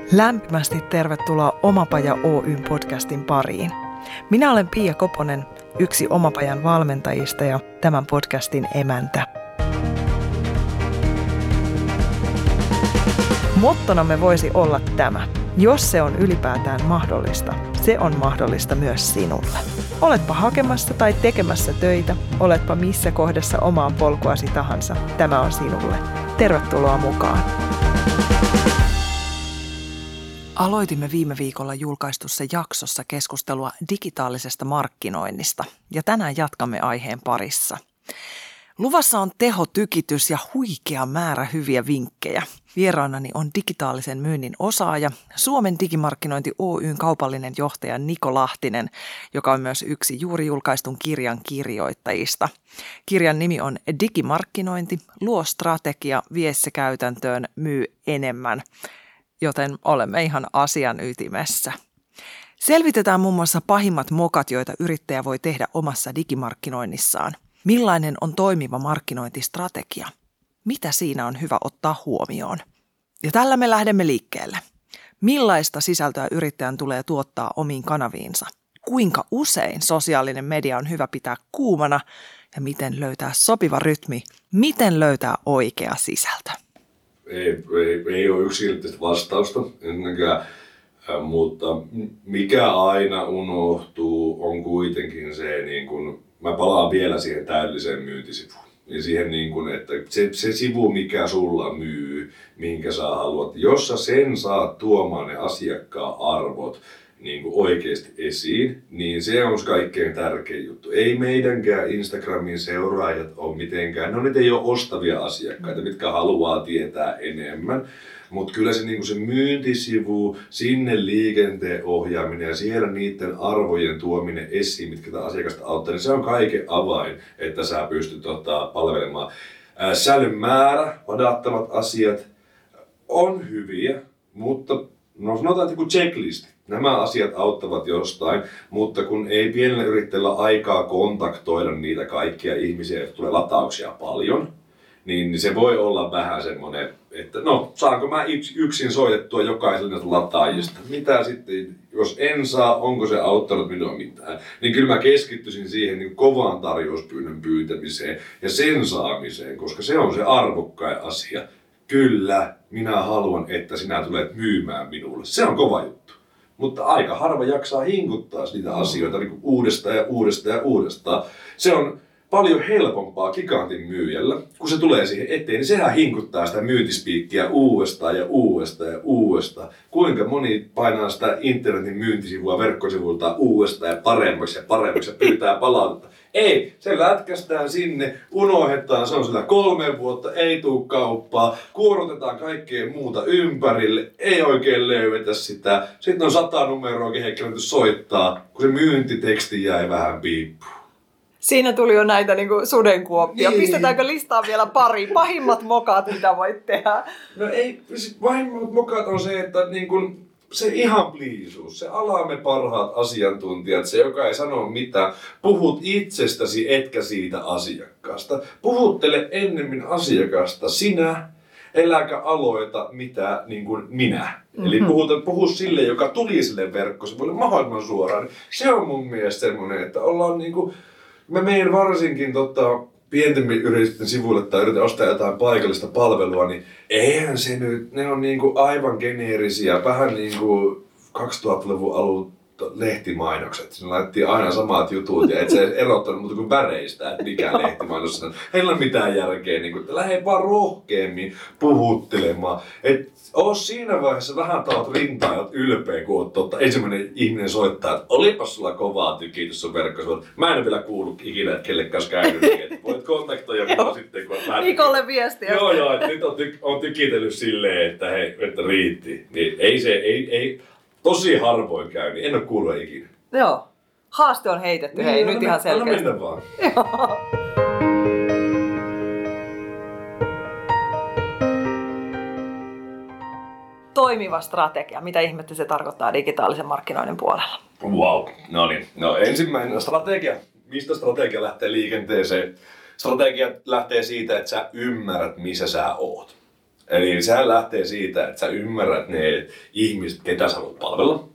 Lämpimästi tervetuloa Omapaja Oyn podcastin pariin. Minä olen Pia Koponen, yksi Omapajan valmentajista ja tämän podcastin emäntä. Mottonamme voisi olla tämä. Jos se on ylipäätään mahdollista, se on mahdollista myös sinulle. Oletpa hakemassa tai tekemässä töitä, oletpa missä kohdassa omaa polkuasi tahansa, tämä on sinulle. Tervetuloa mukaan. Aloitimme viime viikolla julkaistussa jaksossa keskustelua digitaalisesta markkinoinnista ja tänään jatkamme aiheen parissa. Luvassa on tehotykitys ja huikea määrä hyviä vinkkejä. Vieraanani on digitaalisen myynnin osaaja, Suomen digimarkkinointi Oyn kaupallinen johtaja Niko Lahtinen, joka on myös yksi juuri julkaistun kirjan kirjoittajista. Kirjan nimi on Digimarkkinointi, luo strategia, vie se käytäntöön, myy enemmän, joten olemme ihan asian ytimessä. Selvitetään muun muassa pahimmat mokat, joita yrittäjä voi tehdä omassa digimarkkinoinnissaan. Millainen on toimiva markkinointistrategia? Mitä siinä on hyvä ottaa huomioon? Ja tällä me lähdemme liikkeelle. Millaista sisältöä yrittäjän tulee tuottaa omiin kanaviinsa? Kuinka usein sosiaalinen media on hyvä pitää kuumana? Ja miten löytää sopiva rytmi? Miten löytää oikea sisältö? Ei ole yksilöllistä vastausta ennenkään, mutta mikä aina unohtuu on kuitenkin se, niin kun, mä palaan vielä siihen täydelliseen myyntisivuun. Ja siihen, niin kun, että se sivu, mikä sulla myy, minkä sä haluat, jos sä sen saat tuomaan ne asiakkaan arvot niin kuin oikeasti esiin, niin se on kaikkein tärkein juttu. Ei meidänkään Instagramin seuraajat ole mitenkään, no niitä ei ole ostavia asiakkaita, mitkä haluaa tietää enemmän. Mutta kyllä se, niin se myyntisivu, sinne liikenteen ohjaaminen ja siellä niiden arvojen tuominen esiin, mitkä tätä asiakasta auttaa, niin se on kaiken avain, että sä pystyt palvelemaan. Säälyn määrä, ladattavat asiat on hyviä, mutta no sanotaan joku checklisti. Nämä asiat auttavat jostain, mutta kun ei pienellä yrittäjällä aikaa kontaktoida niitä kaikkia ihmisiä, jotka tulee latauksia paljon, niin se voi olla vähän semmoinen, että no, saanko mä yksin soitettua jokaiselle näistä lataajista? Mitä sitten, jos en saa, onko se auttanut minua mitään? Niin kyllä mä keskittyisin siihen niin kovaan tarjouspyynnön pyytämiseen ja sen saamiseen, koska se on se arvokkain asia. Kyllä, minä haluan, että sinä tulet myymään minulle. Se on kova juttu. Mutta aika harva jaksaa hinkuttaa niitä asioita niin uudestaan ja uudestaan ja uudestaan. Se on paljon helpompaa gigantin myyjällä, kun se tulee siihen eteen, niin sehän hinkuttaa sitä myyntispiikkiä uudestaan ja uudestaan ja uudestaan. Kuinka moni painaa sitä internetin myyntisivua verkkosivuilta uudestaan ja paremmaksi ja pyytää palautetta. Ei, se lätkästään sinne, unohdetaan, se on sillä 3 vuotta, ei tuu kauppaa, kuorotetaan kaikkea muuta ympärille, ei oikein löydetä sitä. Sitten on 100 numeroa, kehen soittaa, kun se myyntiteksti jäi vähän piippuun. Siinä tuli jo näitä sudenkuoppia. Niin. Pistetäänkö listaan vielä pari? Pahimmat mokat, mitä voit tehdä? No ei, pahimmat mokat on se, että se ihan pliisuus, se alamme parhaat asiantuntijat, se joka ei sano mitään. Puhut itsestäsi etkä siitä asiakkaasta. Puhuttele ennemmin asiakasta sinä, eläkä aloita mitä minä. Eli puhu sille, joka tuli sille verkkosivuille mahdollisimman suoraan. Se on mun mielestä semmoinen, että ollaan mä menen varsinkin pienten yritysten sivuille tai yritän ostaa jotain paikallista palvelua, niin eihän se nyt, ne on aivan geneerisiä, vähän 2000-luvun alun lehtimainokset. Siinä laitettiin aina samat jutut ja et se erottanut muuta kuin väreistä, että mikä lehtimainos on. Heillä ei ole mitään järkeä, että lähde vaan rohkeammin puhuttelemaan. Et oo siinä vaiheessa vähän taot rintaa ja oot ylpeä, kun oot ensimmäinen ihminen soittaa, että olipas sulla kovaa tykitys sun verkkosivuilla. Mä en ole vielä kuullut ikinä, että kellekään käynyt, että voit kontaktoida minua sitten, kun oot lähtenyt. Nikolle viestiä. Joo, että nyt on tykitellyt silleen, että hei, että riitti. Niin ei. Tosi harvoin käy, niin en ole kuullut ikinä. Joo. Haaste on heitetty, hei, nyt ihan selkeästi. Mennä vaan. Toimiva strategia. Mitä ihmettä se tarkoittaa digitaalisen markkinoinnin puolella? Wow. No ensimmäinen strategia. Mistä strategia lähtee liikenteeseen? Strategia lähtee siitä, että sä ymmärrät, missä sä oot. Eli sehän lähtee siitä, että sä ymmärrät ne ihmiset, ketä sä haluat palvella.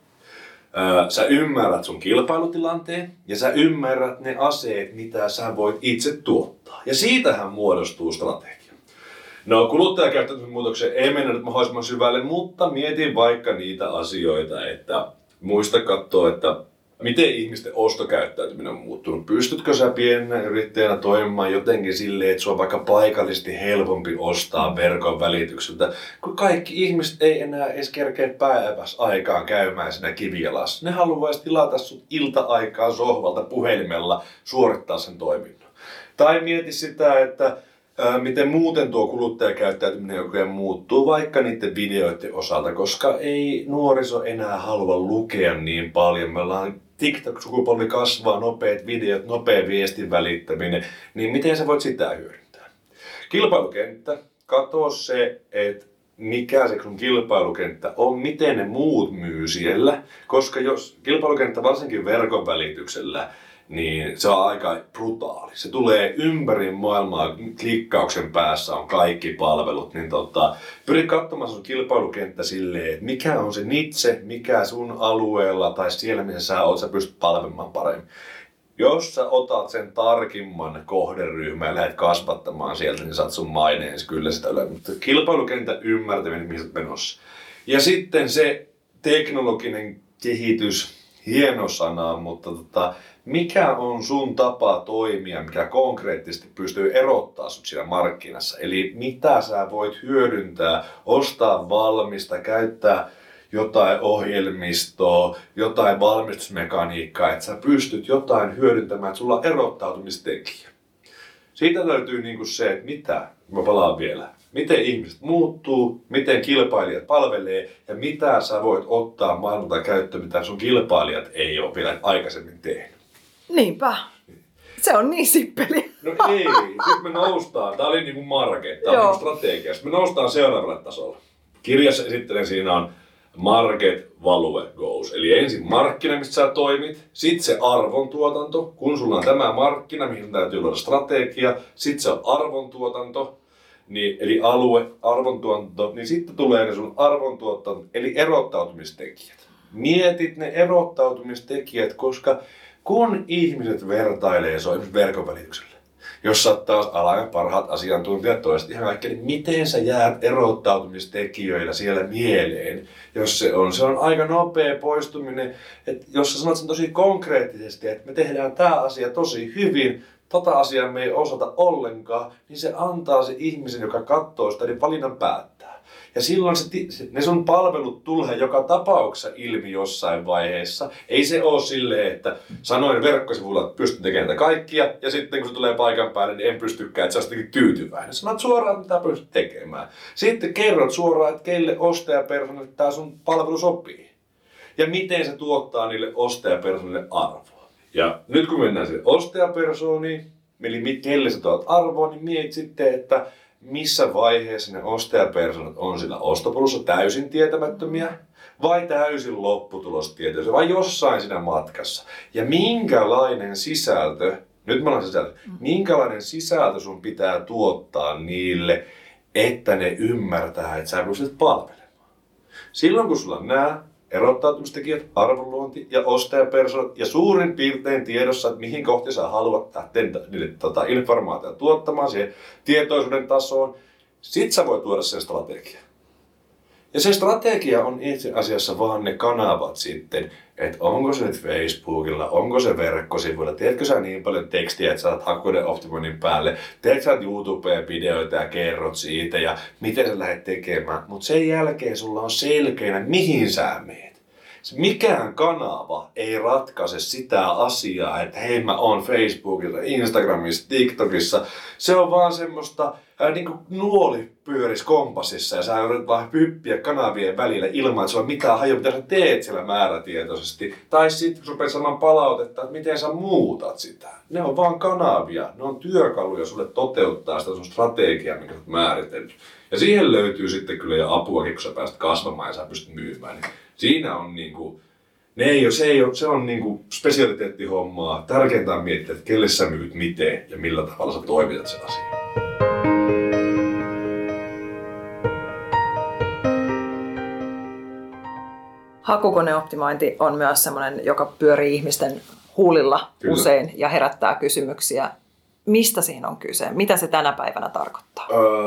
Sä ymmärrät sun kilpailutilanteen ja sä ymmärrät ne aseet, mitä sä voit itse tuottaa. Ja siitähän muodostuu strategia. No, kuluttajakäyttäytymisen muutokseen ei mennä nyt mahdollisimman syvälle, mutta mietin vaikka niitä asioita, että muista katsoa, että miten ihmisten ostokäyttäytyminen on muuttunut. Pystytkö sä pienenä yrittäjänä toimimaan jotenkin silleen, että sua on vaikka paikallisesti helpompi ostaa verkon välitykseltä, kun kaikki ihmiset ei enää edes kerkeä päivässä aikaan käymään siinä kivijalassa. Ne haluaisi tilata sut ilta-aikaa sohvalta puhelimella suorittaa sen toiminnon. Tai mieti sitä, että miten muuten tuo kuluttajakäyttäytyminen oikein muuttuu vaikka niiden videoiden osalta, koska ei nuoriso enää halua lukea niin paljon. Me ollaan TikTok-sukupolvi kasvaa, nopeat videot, nopea viestin välittäminen, niin miten sä voit sitä hyödyntää? Kilpailukenttä, katso se, että mikä se sun kilpailukenttä on, miten ne muut myy siellä, koska jos kilpailukenttä varsinkin verkon välityksellä, niin se on aika brutaali. Se tulee ympäri maailmaa, klikkauksen päässä on kaikki palvelut. Niin pyri katsomaan sun kilpailukenttä silleen, että mikä on se niche, mikä sun alueella tai siellä missä sä oot, sä pystyt palvelemaan paremmin. Jos sä otat sen tarkimman kohderyhmän ja lähdet kasvattamaan sieltä, niin saat sun maineensi kyllä sitä yle. Mutta kilpailukentän ymmärtäminen, mihin sä oot menossa. Ja sitten se teknologinen kehitys, hieno sana, mutta mikä on sun tapa toimia, mikä konkreettisesti pystyy erottaa sut siinä markkinassa? Eli mitä sä voit hyödyntää, ostaa valmista, käyttää jotain ohjelmistoa, jotain valmistusmekaniikkaa, että sä pystyt jotain hyödyntämään, että sulla on erottautumistekijä. Siitä löytyy niinku se, että mitä, mä palaan vielä, miten ihmiset muuttuu, miten kilpailijat palvelee ja mitä sä voit ottaa maailmalta käyttöön, mitä sun kilpailijat ei ole vielä aikaisemmin tehnyt. Niinpä. Se on niin simppeli. No ei, sitten me noustaan, tää oli niinku market, tää on niinku strategia, sitten me noustaan seuraavalle tasolle. Kirjassa esittelen siinä on market, value, goals. Eli ensin markkina, mistä sä toimit, sitten se arvontuotanto, kun sulla on tämä markkina, mihin sun täytyy luoda strategia, sitten se on arvontuotanto, niin, eli alue, arvontuotanto, niin sitten tulee ne sun arvontuotanto, eli erottautumistekijät. Mietit ne erottautumistekijät, koska kun ihmiset vertailee, se on esimerkiksi verkon välityksellä, jos sä oot taas alan parhaat asiantuntijat toiset ihan kaikki, niin miten sä jäät erottautumistekijöillä siellä mieleen, jos se on aika nopea poistuminen, että jos sä sanot sen tosi konkreettisesti, että me tehdään tää asia tosi hyvin, tota asiaa me ei osata ollenkaan, niin se antaa se ihmisen, joka katsoo sitä, niin valinnan päättää. Ja silloin ne sun palvelut tulee joka tapauksessa ilmi jossain vaiheessa. Ei se ole silleen, että sanoin verkkosivulla, että pystyn tekemään tätä kaikkia, ja sitten kun se tulee paikan päälle, niin en pystykään, että sä oot tyytyväinen. Sanot suoraan, mitä pystyt tekemään. Sitten kerrot suoraan, että keille ostajapersoonille tämä sun palvelu sopii. Ja miten se tuottaa niille ostajapersoonille arvoa. Ja nyt kun mennään siihen ostajapersooniin, eli kelle sä tuot arvoa, niin miet sitten, että missä vaiheessa ne ostajapersonat on sillä ostopolussa täysin tietämättömiä vai täysin lopputulostietoisia vai jossain siinä matkassa. Ja minkälainen sisältö, nyt mä olen sisältö, minkälainen sisältö sun pitää tuottaa niille, että ne ymmärtää, että sä pystyt palvelemaan. Silloin kun sulla on nämä erottautumistekijät, arvonluonti ja ostajapersonat ja suurin piirtein tiedossa, että mihin kohti sä haluat lähteä niille informaatiota tuottamaan siihen tietoisuuden tasoon, sit sä voit tuoda sen strategian. Ja se strategia on itse asiassa vaan ne kanavat sitten, että onko se nyt Facebookilla, onko se verkkosivuilla, teetkö sä niin paljon tekstiä, että saat hakuiden optimoinnin päälle, teetkö sä YouTubeen videoita ja kerrot siitä ja miten sä lähdet tekemään, mutta sen jälkeen sulla on selkeänä, mihin sä meet. Mikään kanava ei ratkaise sitä asiaa, että hei mä oon Facebookilla, Instagramissa, TikTokissa. Se on vaan semmoista niin kuin nuoli pyöris kompassissa ja sä yrität vaan hyppiä kanavien välillä ilman, että sulla on mitään hajua, mitä sä teet siellä määrätietoisesti. Tai sitten kun rupeat saamaan palautetta, että miten sä muutat sitä. Ne on vaan kanavia, ne on työkaluja sulle toteuttaa sitä sun strategiaa, minkä sä oot määritellyt. Ja siihen löytyy sitten kyllä jo apuakin, kun sä pääset kasvamaan ja sä pystyt myymään. Niin siinä on niinku, se on niinku spesialiteettihommaa. Tärkeintä on miettiä, että kelle sä myyt miten ja millä tavalla sä toimitat sen asian. Hakukoneoptimointi on myös sellainen, joka pyörii ihmisten huulilla Kyllä. usein ja herättää kysymyksiä. Mistä siinä on kyse? Mitä se tänä päivänä tarkoittaa?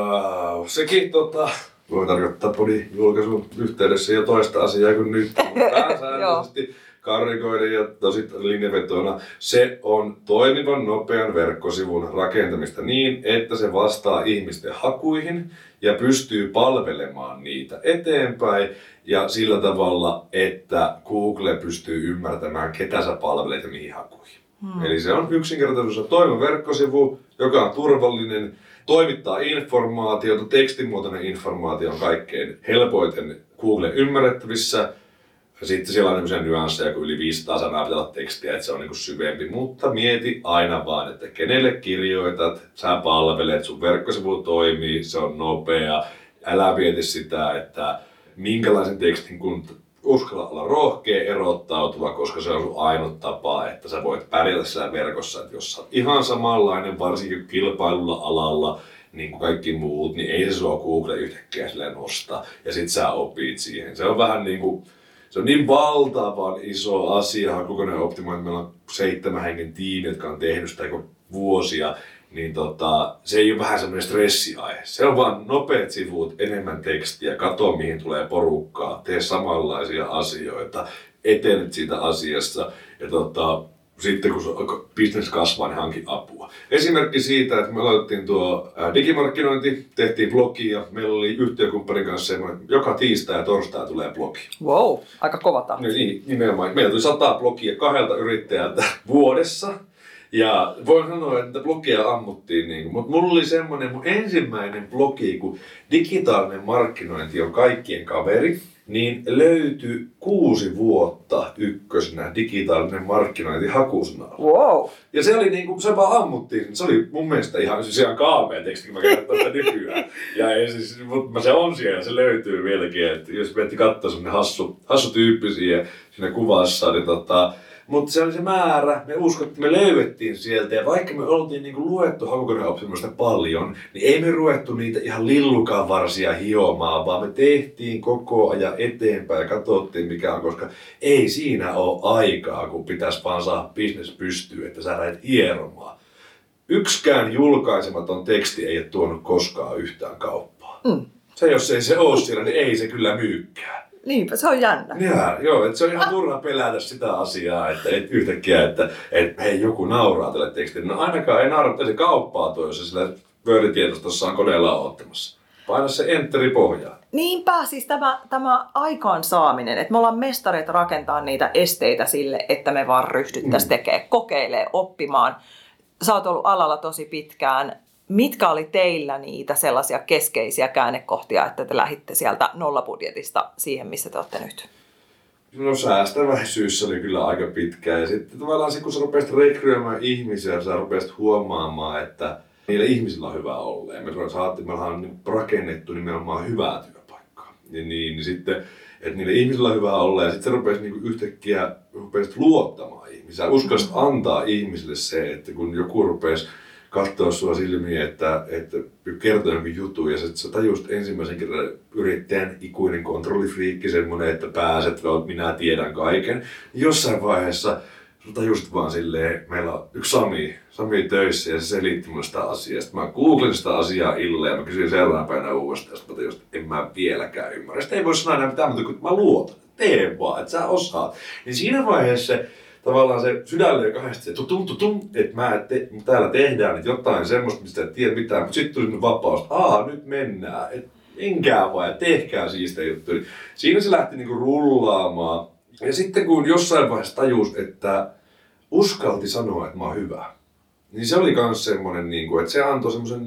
Sekin voi tarkoittaa podin julkaisun yhteydessä jo toista asiaa kuin nyt. Pääsäännöllisesti karrikoiden ja tosi linjavetona. Se on toimivan nopean verkkosivun rakentamista niin, että se vastaa ihmisten hakuihin ja pystyy palvelemaan niitä eteenpäin. Ja sillä tavalla, että Google pystyy ymmärtämään, ketä sä palvelet ja mihin hakuihin. Eli se on yksinkertaisuudessa toimiva verkkosivu, joka on turvallinen, toimittaa informaatiota, tekstimuotoinen informaatio on kaikkein helpoiten Googlen ymmärrettävissä. Sitten siellä on sellaisia nyansseja, kun yli 500 sanaa pitää olla tekstiä, että se on syvempi. Mutta mieti aina vaan, että kenelle kirjoitat, sä palvelet, sun verkkosivu toimii, se on nopea. Älä mieti sitä, että minkälaisen tekstin kun uskalla olla rohkea, erottautuva, koska se on sun ainut tapa, että sä voit pärjätä siellä verkossa. Että jos sä oot ihan samanlainen, varsinkin kilpailulla alalla, niin kuin kaikki muut, niin ei se sua Google yhtäkkiä silleen nosta. Ja sit sä opit siihen. Se on vähän se on niin valtavan iso asia, hakukoneoptimointi. Meillä on 7 hengen tiimi, jotka on tehnyt sitä vuosia. Niin se ei ole vähän semmoinen stressiaihe. Se on vaan nopeat sivut, enemmän tekstiä, katso mihin tulee porukkaa, tee samanlaisia asioita, etenet siitä asiassa ja sitten kun business kasvaa, niin hanki apua. Esimerkki siitä, että me aloitettiin tuo digimarkkinointi, tehtiin blogia, meillä oli yhtiökumppanin kanssa semmoinen, että joka tiistai ja torstai tulee blogi. Wow, aika kova tahti. Niin, nimenomaan. Meillä tuli 100 blogia 2 yrittäjältä vuodessa. Ja voin sanoa, että blogia ammuttiin, mutta mulla oli semmoinen mun ensimmäinen blogi, kun digitaalinen markkinointi on kaikkien kaveri, niin löytyi 6 vuotta ykkösenä digitaalinen markkinointi hakusanalla. Wow. Ja se oli se vaan ammuttiin. Se oli mun mielestä ihan kaamea teksti, kun mä kerron tästä nykyään. Ja mutta se on siellä, se löytyy vieläkin. Että jos miettii katsoa semmonen hassu tyyppi siinä kuvassa, niin mutta se oli se määrä, me löydettiin sieltä ja vaikka me oltiin luettu hakukoneoptimoista paljon, niin ei me ruvettu niitä ihan lillukan varsia hiomaan, vaan me tehtiin koko ajan eteenpäin ja katsottiin mikä on, koska ei siinä ole aikaa, kun pitäisi vaan saada business pystyyn, että sä lähdet hieromaan. Yksikään julkaisematon teksti ei ole tuonut koskaan yhtään kauppaa. Se jos ei se ole siellä, niin ei se kyllä myykään. Niinpä, se on jännä. Joo, että se on ihan turha pelätä sitä asiaa, että yhtäkkiä, että hei, joku nauraa tälle tekstille. No ainakaan ei naura, että se kauppaa tuo, jos se sillä Word-tiedostossa on koneella ottamassa. Paina se enteri pohjaan. Niinpä, siis tämä aikaansaaminen, että me ollaan mestareita rakentaa niitä esteitä sille, että me vaan ryhdyttäisiin tekemään, kokeilemaan, oppimaan. Sä oot ollut alalla tosi pitkään. Mitkä oli teillä niitä sellaisia keskeisiä käännekohtia, että te lähditte sieltä nollabudjetista siihen, missä te olette nyt? No säästäväisyys oli kyllä aika pitkään ja sitten tavallaan kun sä rupesit rekryöimään ihmisiä, sä rupesit huomaamaan, että niillä ihmisillä on hyvä olla. Ja me ollaan rakennettu nimenomaan hyvää työpaikkaa. Niin sitten, että niillä ihmisillä on hyvä olla ja sitten sä rupesit yhtäkkiä luottamaan ihmisiä. Uskallisit antaa ihmisille se, että kun joku rupesi katsoa sua silmiin, että kertoo jonkin jutun ja sä tajusit ensimmäisen kerran yrittäjän ikuinen kontrollifriikki, semmonen, että pääset, minä tiedän kaiken. Jossain vaiheessa sä tajusit vaan silleen, meillä on yksi Sami töissä ja se selitti mulle sitä asiaa. Sitten mä googletin sitä asiaa illalla ja mä kysyin seuraavana päivänä uudestaan ja sitten mä tajusin, että en mä vieläkään ymmärrä. Sitten ei voi sanoa enää mitään, mutta kun mä luotan, tee vaan, että sä osaat. Niin siinä vaiheessa tavallaan se sydän löi kahdesti, että että täällä tehdään nyt jotain semmoista, mistä et tiedä mitään, mutta sitten tuli vapaus, nyt mennään, että menkää vaan ja tehkää siistejä juttuja. Siinä se lähti rullaamaan. Ja sitten kun jossain vaiheessa tajusi, että uskalti sanoa, että mä oon hyvä, niin se oli myös semmoinen, että se antoi semmoisen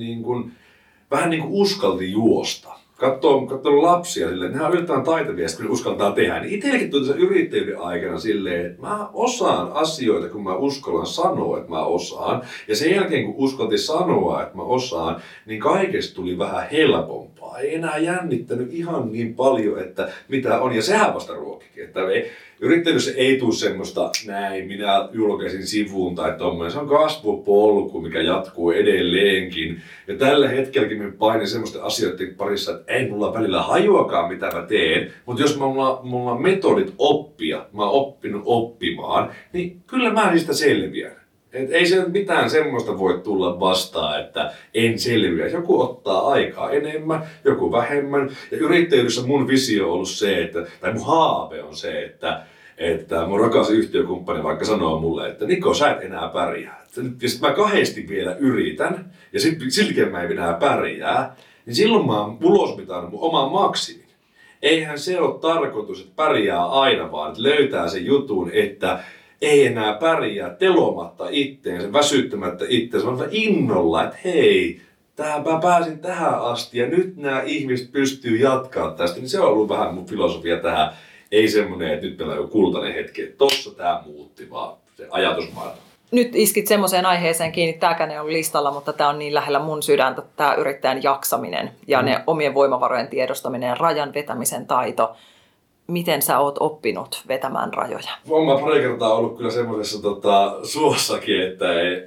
vähän uskalti juosta. Katsoo lapsia silleen, nehän on yllättävän taitavia, kun ne uskaltaa tehdä. Niin itsellekin tuli sen yrittäjyyden aikana silleen, että mä osaan asioita, kun mä uskallan sanoa, että mä osaan. Ja sen jälkeen, kun uskaltiin sanoa, että mä osaan, niin kaikesta tuli vähän helpompaa. Ei enää jännittänyt ihan niin paljon, että mitä on. Ja sehän vasta ruokkikin. Että yrittäjyydessä ei tule semmoista, näin, minä julkaisin sivuun tai tommoinen. Se on kasvupolku, mikä jatkuu edelleenkin. Ja tällä hetkelläkin me painin semmoisten asioiden parissa, että ei mulla välillä hajuakaan, mitä mä teen. Mutta jos mulla on metodit oppia, mä oon oppinut oppimaan, niin kyllä mä niistä selviän. Et ei se mitään semmoista voi tulla vastaan, että en selviä. Joku ottaa aikaa enemmän, joku vähemmän. Ja yrittäjyydessä mun visio on ollut se, tai mun haave on se, että mun rakas yhtiökumppani vaikka sanoo mulle, että Niko, sä et enää pärjää. Ja sit mä kahdesti vielä yritän, ja siltikään mä en enää pärjää, niin silloin mä oon ulosmitannut mun oman maksimin. Eihän se ole tarkoitus, että pärjää aina, vaan että löytää sen jutun, että ei enää pärjää telomatta itteensä, väsyttämättä itteensä, vaan innolla, että hei, mä pääsin tähän asti ja nyt nämä ihmiset pystyy jatkaa tästä. Niin se on ollut vähän mun filosofia tähän. Ei semmoinen, että nyt meillä on joku kultainen hetki, että tossa tää muutti, vaan se ajatusmaailma. Nyt iskit semmoiseen aiheeseen kiinni, tämäkään ei ole listalla, mutta tämä on niin lähellä mun sydäntä, tämä yrittäjän jaksaminen ja ne omien voimavarojen tiedostaminen ja rajan vetämisen taito. Miten sä oot oppinut vetämään rajoja? Olen mä pari kertaa ollut kyllä semmoisessa suossakin, että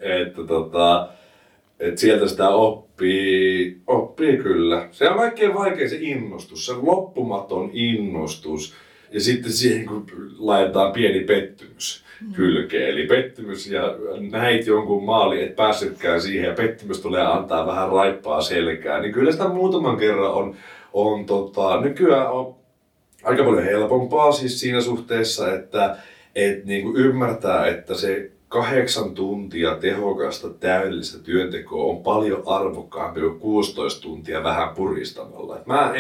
sieltä sitä oppii kyllä. Se on kaikkein vaikein se innostus, se loppumaton innostus. Ja sitten siihen kun laitetaan pieni pettymys kylkeen. Eli pettymys ja näit jonkun maali, et päässytkään siihen ja pettymys tulee antaa vähän raippaa selkää. Niin kyllä sitä muutaman kerran on nykyään on aika paljon helpompaa siis siinä suhteessa, että niin kuin ymmärtää, että se 8 tuntia tehokasta täydellistä työntekoa on paljon arvokkaampi kuin 16 tuntia vähän puristamalla.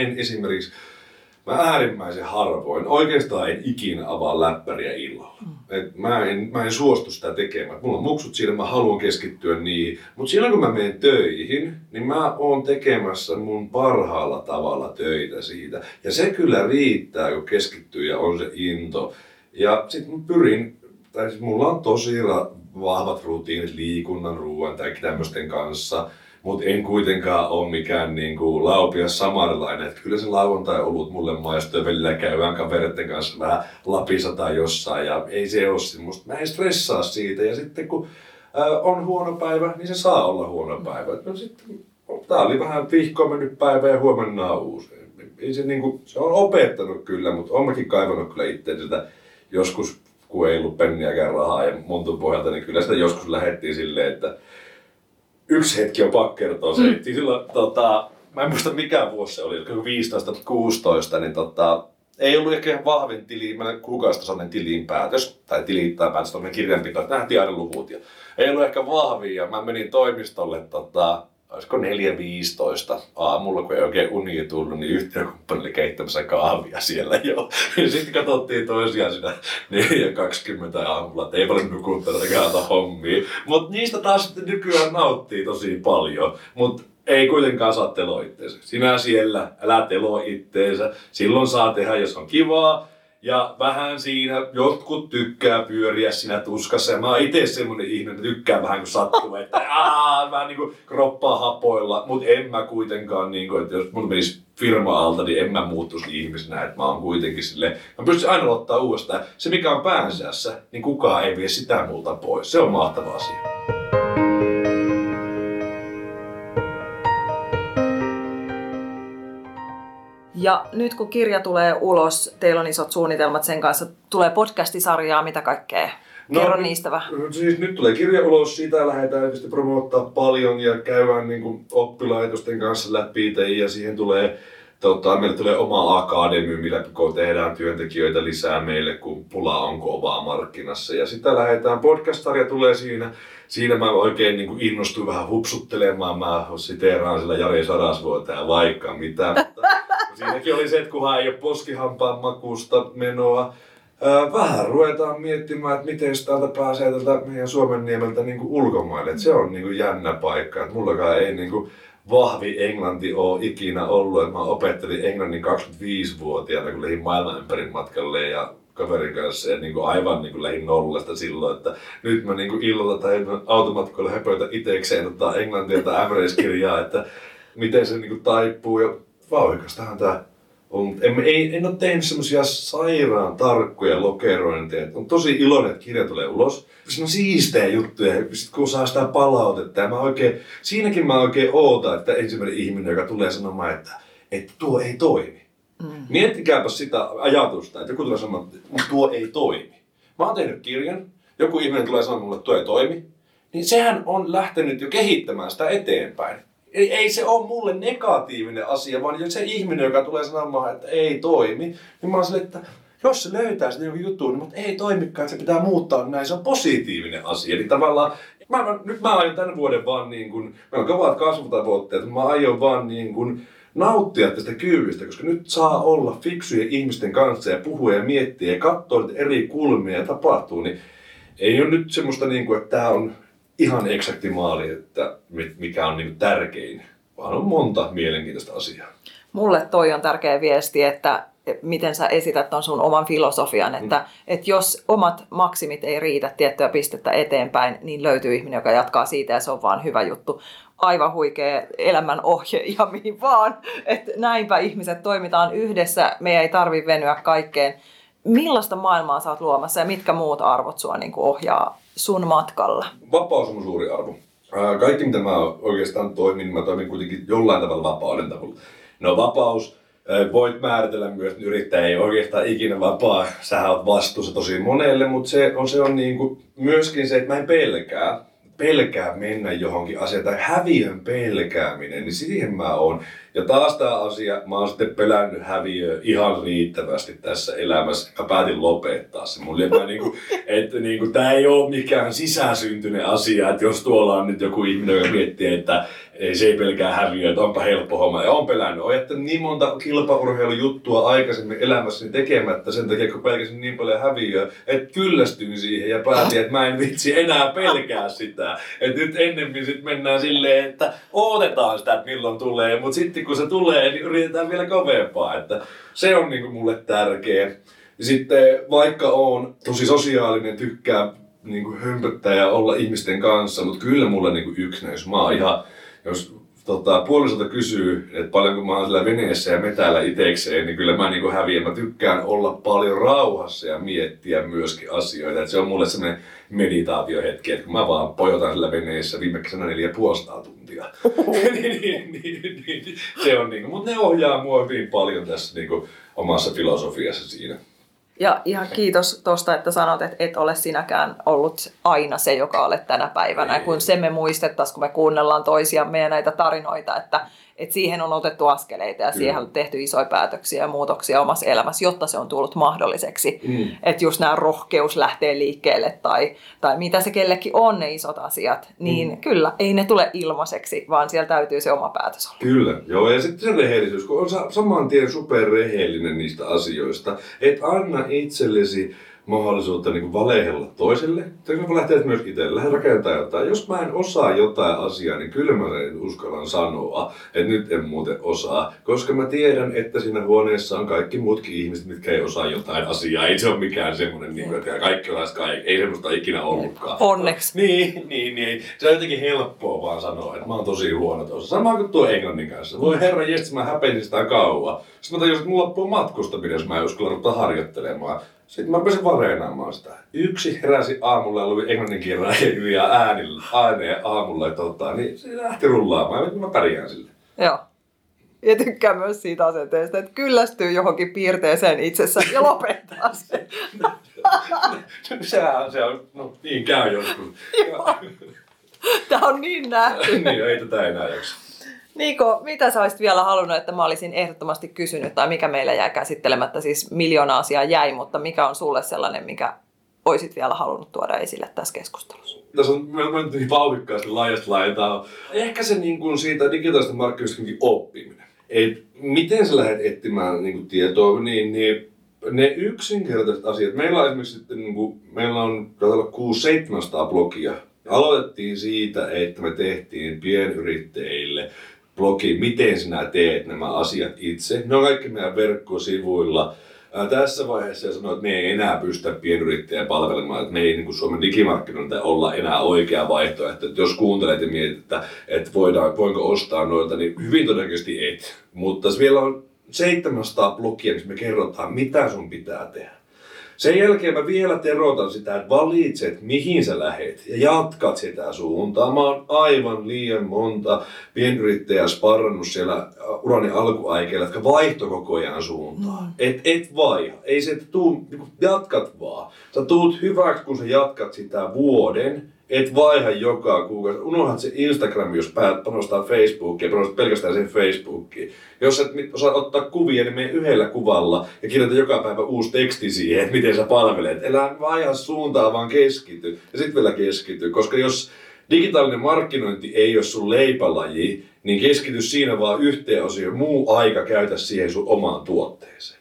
Mä äärimmäisen harvoin, oikeastaan en ikinä avaa läppäriä illalla. Mä en suostu sitä tekemään. Mulla on muksut siinä, mä haluan keskittyä niihin. Mutta silloin kun mä menen töihin, niin mä oon tekemässä mun parhaalla tavalla töitä siitä. Ja se kyllä riittää, kun keskittyy ja on se into. Ja sit mä mulla on tosi vahvat rutiinit liikunnan, ruoan tai tämmöisten kanssa. Mutta en kuitenkaan ole mikään niinku laupias samarilainen. Että kyllä se lauantai-olut mulle maistuu ja välillä käydään kavereiden kanssa vähän Lapissa tai jossain. Ja ei se ole semmoista. Mä en stressaa siitä. Ja sitten kun on huono päivä, niin se saa olla huono päivä. No sitten, tää oli vähän vihkoon mennyt päivä ja huomenna on uusi. Ei se, niinku, se on opettanut kyllä, mutta on mäkin kaivannut kyllä itse sitä joskus, kun ei ollut penniäkään rahaa ja montun pohjalta, niin kyllä sitä joskus lähdettiin silleen, että yksi hetki on pakko kertoa se. Silloin, mä en muista mikä vuosi se oli, 15-16, niin ei ollut ehkä vahvin tili, mä kuukausitasoinen tilinpäätös, tai päätös, tämmöinen kirjanpito, että nähtiin aina luvut. Ja ei ollut ehkä vahvin, ja mä menin toimistolle, olisiko 4.15 aamulla, kun ei oikein uni tullut, niin yhtiökumppani oli keittämässä kahvia siellä jo. Ja sitten katsottiin toisiaan siinä 4.20 aamulla, että ei paljon nukuttanut eikä hommia. Mutta niistä taas nykyään nauttii tosi paljon. Mutta ei kuitenkaan saa teloa itteensä. Sinä siellä, älä teloa itteensä. Silloin saa tehdä, jos on kivaa. Ja vähän siinä, jotkut tykkää pyöriä siinä tuskassa ja mä oon ite semmonen ihminen, että tykkää vähän kun sattuu, että vähän niinku kroppaa hapoilla, mut en mä kuitenkaan niinku, että jos mun menisi firma alta, niin en mä muuttuisi ihmisenä, että mä oon kuitenkin silleen, mä pystyn aina ottaa uudestaan. Se mikä on päänsäässä, niin kukaan ei vie sitä multa pois. Se on mahtava asia. Ja nyt kun kirja tulee ulos, teillä on isot suunnitelmat sen kanssa, tulee podcastisarjaa, mitä kaikkea? Kerro niistä vähän. Siis nyt tulee kirja ulos, siitä lähdetään tietysti promoottaa paljon ja käydään niin kuin oppilaitosten kanssa läpi ja siihen tulee, meille tulee oma akademi, millä tehdään työntekijöitä lisää meille, kun pula on kovaa markkinassa. Ja sitä lähdetään, podcast-sarja tulee siinä mä oikein niin kuin innostuin vähän hupsuttelemaan, mä siteeraan sillä Jari Sarasvuota ja vaikka mitä. Mutta siinäkin oli se, että kunhan ei ole poskihampaan makusta menoa, vähän ruvetaan miettimään, että miten täältä pääsee tältä meidän Suomenniemeltä niin kuin ulkomaille. Että se on niin kuin jännä paikka. Että mullakaan ei niin kuin vahvi englanti ole ikinä ollut. Että mä opettelin englannin 25-vuotiaana, kun lähdin maailman ympärin matkalle ja kaverin kanssa ja niin kuin aivan niin kuin lähdin nollasta silloin, että nyt mä niin kuin illalla tai automatkoilla höpöitä itekseen englantia tai ämreiskirjaa, että miten se niin kuin taipuu ja vauhikastahan tää En ole tehnyt semmoisia sairaan tarkkoja lokerointeja. On tosi iloinen, että kirja tulee ulos. Siinä on siistejä juttuja, sit kun saa sitä palautetta. Ja siinäkin mä oikein ootan, että ensimmäinen ihminen, joka tulee sanomaan, että tuo ei toimi. Miettikääpä sitä ajatusta, että joku tulee sanomaan, että tuo ei toimi. Mä oon tehnyt kirjan, joku ihminen tulee sanomaan mulle, että tuo ei toimi. Niin sehän on lähtenyt jo kehittämään sitä eteenpäin. Eli ei se ole mulle negatiivinen asia, vaan se ihminen, joka tulee sanomaan, että ei toimi, niin mä oon silleen, että jos se löytää sitä joku juttu, niin mutta ei toimikaan, että se pitää muuttaa näin, se on positiivinen asia. Eli tavallaan, nyt mä aion tämän vuoden vaan niin kuin, meillä on kovat kasvutavoitteet, mä aion vaan niin kuin nauttia tästä kyvystä, koska nyt saa olla fiksujen ihmisten kanssa ja puhua ja miettiä ja katsoa eri kulmia ja tapahtuu, niin ei ole nyt semmoista niin kuin, että tää on ihan eksakti maali, että mikä on niin tärkein, vaan on monta mielenkiintoista asiaa. Mulle toi on tärkeä viesti, että miten sä esität ton sun oman filosofian, että jos omat maksimit ei riitä tiettyä pistettä eteenpäin, niin löytyy ihminen, joka jatkaa siitä ja se on vaan hyvä juttu. Aivan huikea elämän ohje ihan mihin vaan, että näinpä ihmiset toimitaan yhdessä, meidän ei tarvitse venyä kaikkeen. Millaista maailmaa sä oot luomassa ja mitkä muut arvot sua niin kuin ohjaa sun matkalla? Vapaus on mun suuri arvo. Kaikki mitä mä oikeastaan toimin, niin mä toimin kuitenkin jollain tavalla vapauden tavalla. No vapaus, voit määritellä myös, että yrittäjä ei oikeastaan ikinä vapaa. Sähän oot vastuussa tosi monelle, mutta se on niin kuin myöskin se, että mä en pelkää mennä johonkin asiaan tai häviön pelkääminen, niin siihen mä oon. Ja taas tää asia, mä oon sitten pelännyt häviöä ihan riittävästi tässä elämässä. Mä päätin lopettaa se. Tää ei oo mikään sisäsyntyinen asia, että jos tuolla on nyt joku ihminen, joka miettii, että se ei pelkää häviöä, että onpa helppo homma. Ja oon pelännyt. Oon jättänyt niin monta kilpaurheilujuttua aikaisemmin elämässäni tekemättä sen takia, kun pelkäsin niin paljon häviöä, että kyllästyin siihen ja päätin, että mä en vitsi enää pelkää sitä. Että nyt ennemmin sit mennään silleen, että odotetaan sitä, että milloin tulee, mutta sitten kun se tulee, niin yritetään vielä kovempaa. Että se on niinku mulle tärkeä. Ja sitten vaikka oon tosi sosiaalinen, tykkää niinku hömpöttää ja olla ihmisten kanssa, mutta kyllä mulle niinku yksinäisyys. Mä oon ihan, jos puolisolta kysyy, että paljonko mä oon siellä veneessä ja metäällä itekseen, niin kyllä mä niinku häviän. Mä tykkään olla paljon rauhassa ja miettiä myöskin asioita. Et se on mulle semmoinen meditaatiohetki, että kun mä vaan pojotan sillä veneessä viimeksi 4,5 tuntia. niin, se on niinku, mutta ne ohjaa mua hyvin paljon tässä niinku omassa filosofiassa siinä. Ja ihan kiitos tuosta, että sanot, että et ole sinäkään ollut aina se, joka olet tänä päivänä. Kun se me muistettaisiin, kun me kuunnellaan toisiamme ja näitä tarinoita, että siihen on otettu askeleita ja siihen on tehty isoja päätöksiä ja muutoksia omassa elämässä, jotta se on tullut mahdolliseksi. Että just nämä rohkeus lähtee liikkeelle tai mitä se kellekin on ne isot asiat, niin kyllä, ei ne tule ilmaiseksi, vaan siellä täytyy se oma päätös olla. Kyllä, joo, ja sitten se rehellisyys, kun on saman tien superrehellinen niistä asioista, että anna itsellesi mahdollisuutta niin valehella toiselle. Tai kun lähtee myös itselle, lähde rakentaa jotain. Jos mä en osaa jotain asiaa, niin kyllä mä sen uskallan sanoa, että nyt en muuten osaa. Koska mä tiedän, että siinä huoneessa on kaikki muutkin ihmiset, mitkä ei osaa jotain asiaa. Ei se ole mikään semmoinen, että kaikki osaisi kaikki. Ei semmoista ikinä ollutkaan. Onneksi. Niin. Se on jotenkin helppoa vaan sanoa, että mä oon tosi huono tuossa. Sama kuin tuo englannin kanssa. Voi herra jes, mä häpesin sitä kauan. Sitten mä tajusin, että mulla loppuu matkustaminen, jos mä en uskalla ruveta harjoittelemaan. Sitten mä rupesin vaan reenaamaan sitä. Yksi heräsi aamulla ja luin englanninkielinen ja ääneen aamulla, niin se lähti rullaamaan ja mä pärjään sille. Joo. Ja tykkään myös siitä asenteesta, että kyllästyy johonkin piirteeseen itsessään ja lopettaa sen. Se on, no niin käy joskus. Tää on niin nähty. Niin, ei tätä enää jaksa. Niiko, mitä sä olisit vielä halunnut, että mä olisin ehdottomasti kysynyt, tai mikä meillä jäi käsittelemättä, siis 1,000,000 asiaa jäi, mutta mikä on sulle sellainen, mikä olisit vielä halunnut tuoda esille tässä keskustelussa? Tässä on mennyt niin vauhdikkaasti laajasta laajentaa. Ehkä se niin kuin siitä digitaalista markkinoista oppiminen. Et miten sä lähdet etsimään niin kuin tietoa, niin ne yksinkertaiset asiat. Meillä on esimerkiksi sitten, niin kuin, meillä on 600-700 blogia. Aloitettiin siitä, että me tehtiin pienyrittäjille blogi, miten sinä teet nämä asiat itse. Ne on kaikki meidän verkkosivuilla. Tässä vaiheessa sanoin, että me ei enää pystytä pienyrittäjää palvelemaan, että me ei niin kuin Suomen digimarkkinoilta olla enää oikea vaihtoehto. Että jos kuuntelet ja mietit, että voinko ostaa noilta, niin hyvin todennäköisesti et. Mutta vielä on 700 blogia, missä me kerrotaan, mitä sun pitää tehdä. Sen jälkeen mä vielä terotan sitä, että valitset, mihin sä lähet ja jatkat sitä suuntaa. Mä oon aivan liian monta pienyrittäjää sparrannut siellä urani alkuaikeilla, jotka vaihto koko ajan suuntaa. Et vaiha. Ei se, että jatkat vaan. Sä tuut hyväksi, kun sä jatkat sitä vuoden. Et vaiha joka kuukausi. Unohdat se Instagram, jos panostaa Facebookiin ja panostat pelkästään sen Facebookiin. Jos et osaa ottaa kuvia, niin mene yhdellä kuvalla ja kirjoita joka päivä uusi teksti siihen, että miten sä palvelet. Elä vaiha suuntaa, vaan keskity. Ja sit vielä keskity, koska jos digitaalinen markkinointi ei ole sun leipälaji, niin keskity siinä vaan yhteen osioon. Muu aika käytä siihen sun omaan tuotteeseen.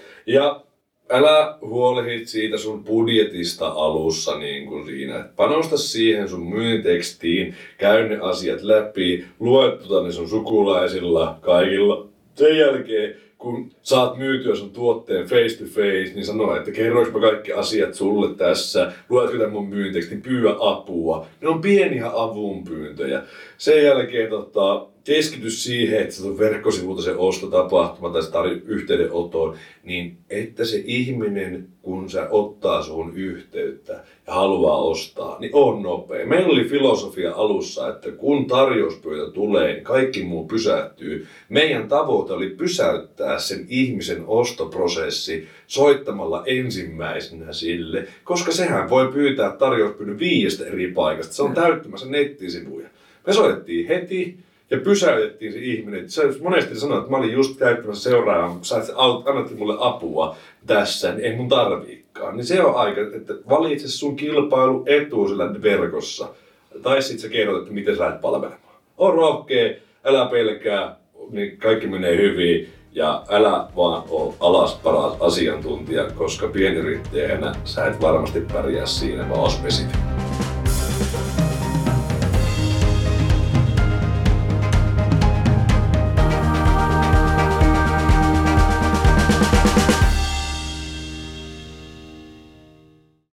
Ja älä huolehdi siitä sun budjetista alussa niin kuin siinä. Et panosta siihen sun myyntitekstiin, käy ne asiat läpi, lue ne sun sukulaisilla, kaikilla. Sen jälkeen, kun saat myytyä sun tuotteen face to face, niin sano, että kerroinko mä kaikki asiat sulle tässä, luetko tämän mun myyntitekstin, pyydä apua. Ne on pieniä avunpyyntöjä. Sen jälkeen keskity siihen, että se on verkkosivulta se ostotapahtuma tai se yhteydenoton, niin että se ihminen, kun se ottaa sun yhteyttä ja haluaa ostaa, niin on nopea. Meillä oli filosofia alussa, että kun tarjouspyyntö tulee, niin kaikki muu pysähtyy. Meidän tavoite oli pysäyttää sen ihmisen ostoprosessi soittamalla ensimmäisenä sille, koska sehän voi pyytää tarjouspyynnön 5 eri paikasta. Se on täyttämässä nettisivuja. Me soitettiin heti. Ja pysäytettiin se ihminen. Se monesti sanoi, että mä olin just käyttämässä seuraavan, sä annatkin mulle apua tässä, niin ei mun tarviikaan. Niin se on aika, että valitse sun kilpailu etu sillä verkossa. Tai sit sä kerrot, että miten sä lähdet palvelemaan. On rohkea, älä pelkää, niin kaikki menee hyvin. Ja älä vaan ole alas paras asiantuntija, koska pienyrittäjänä sä et varmasti pärjää siinä, vaan oot spesifi.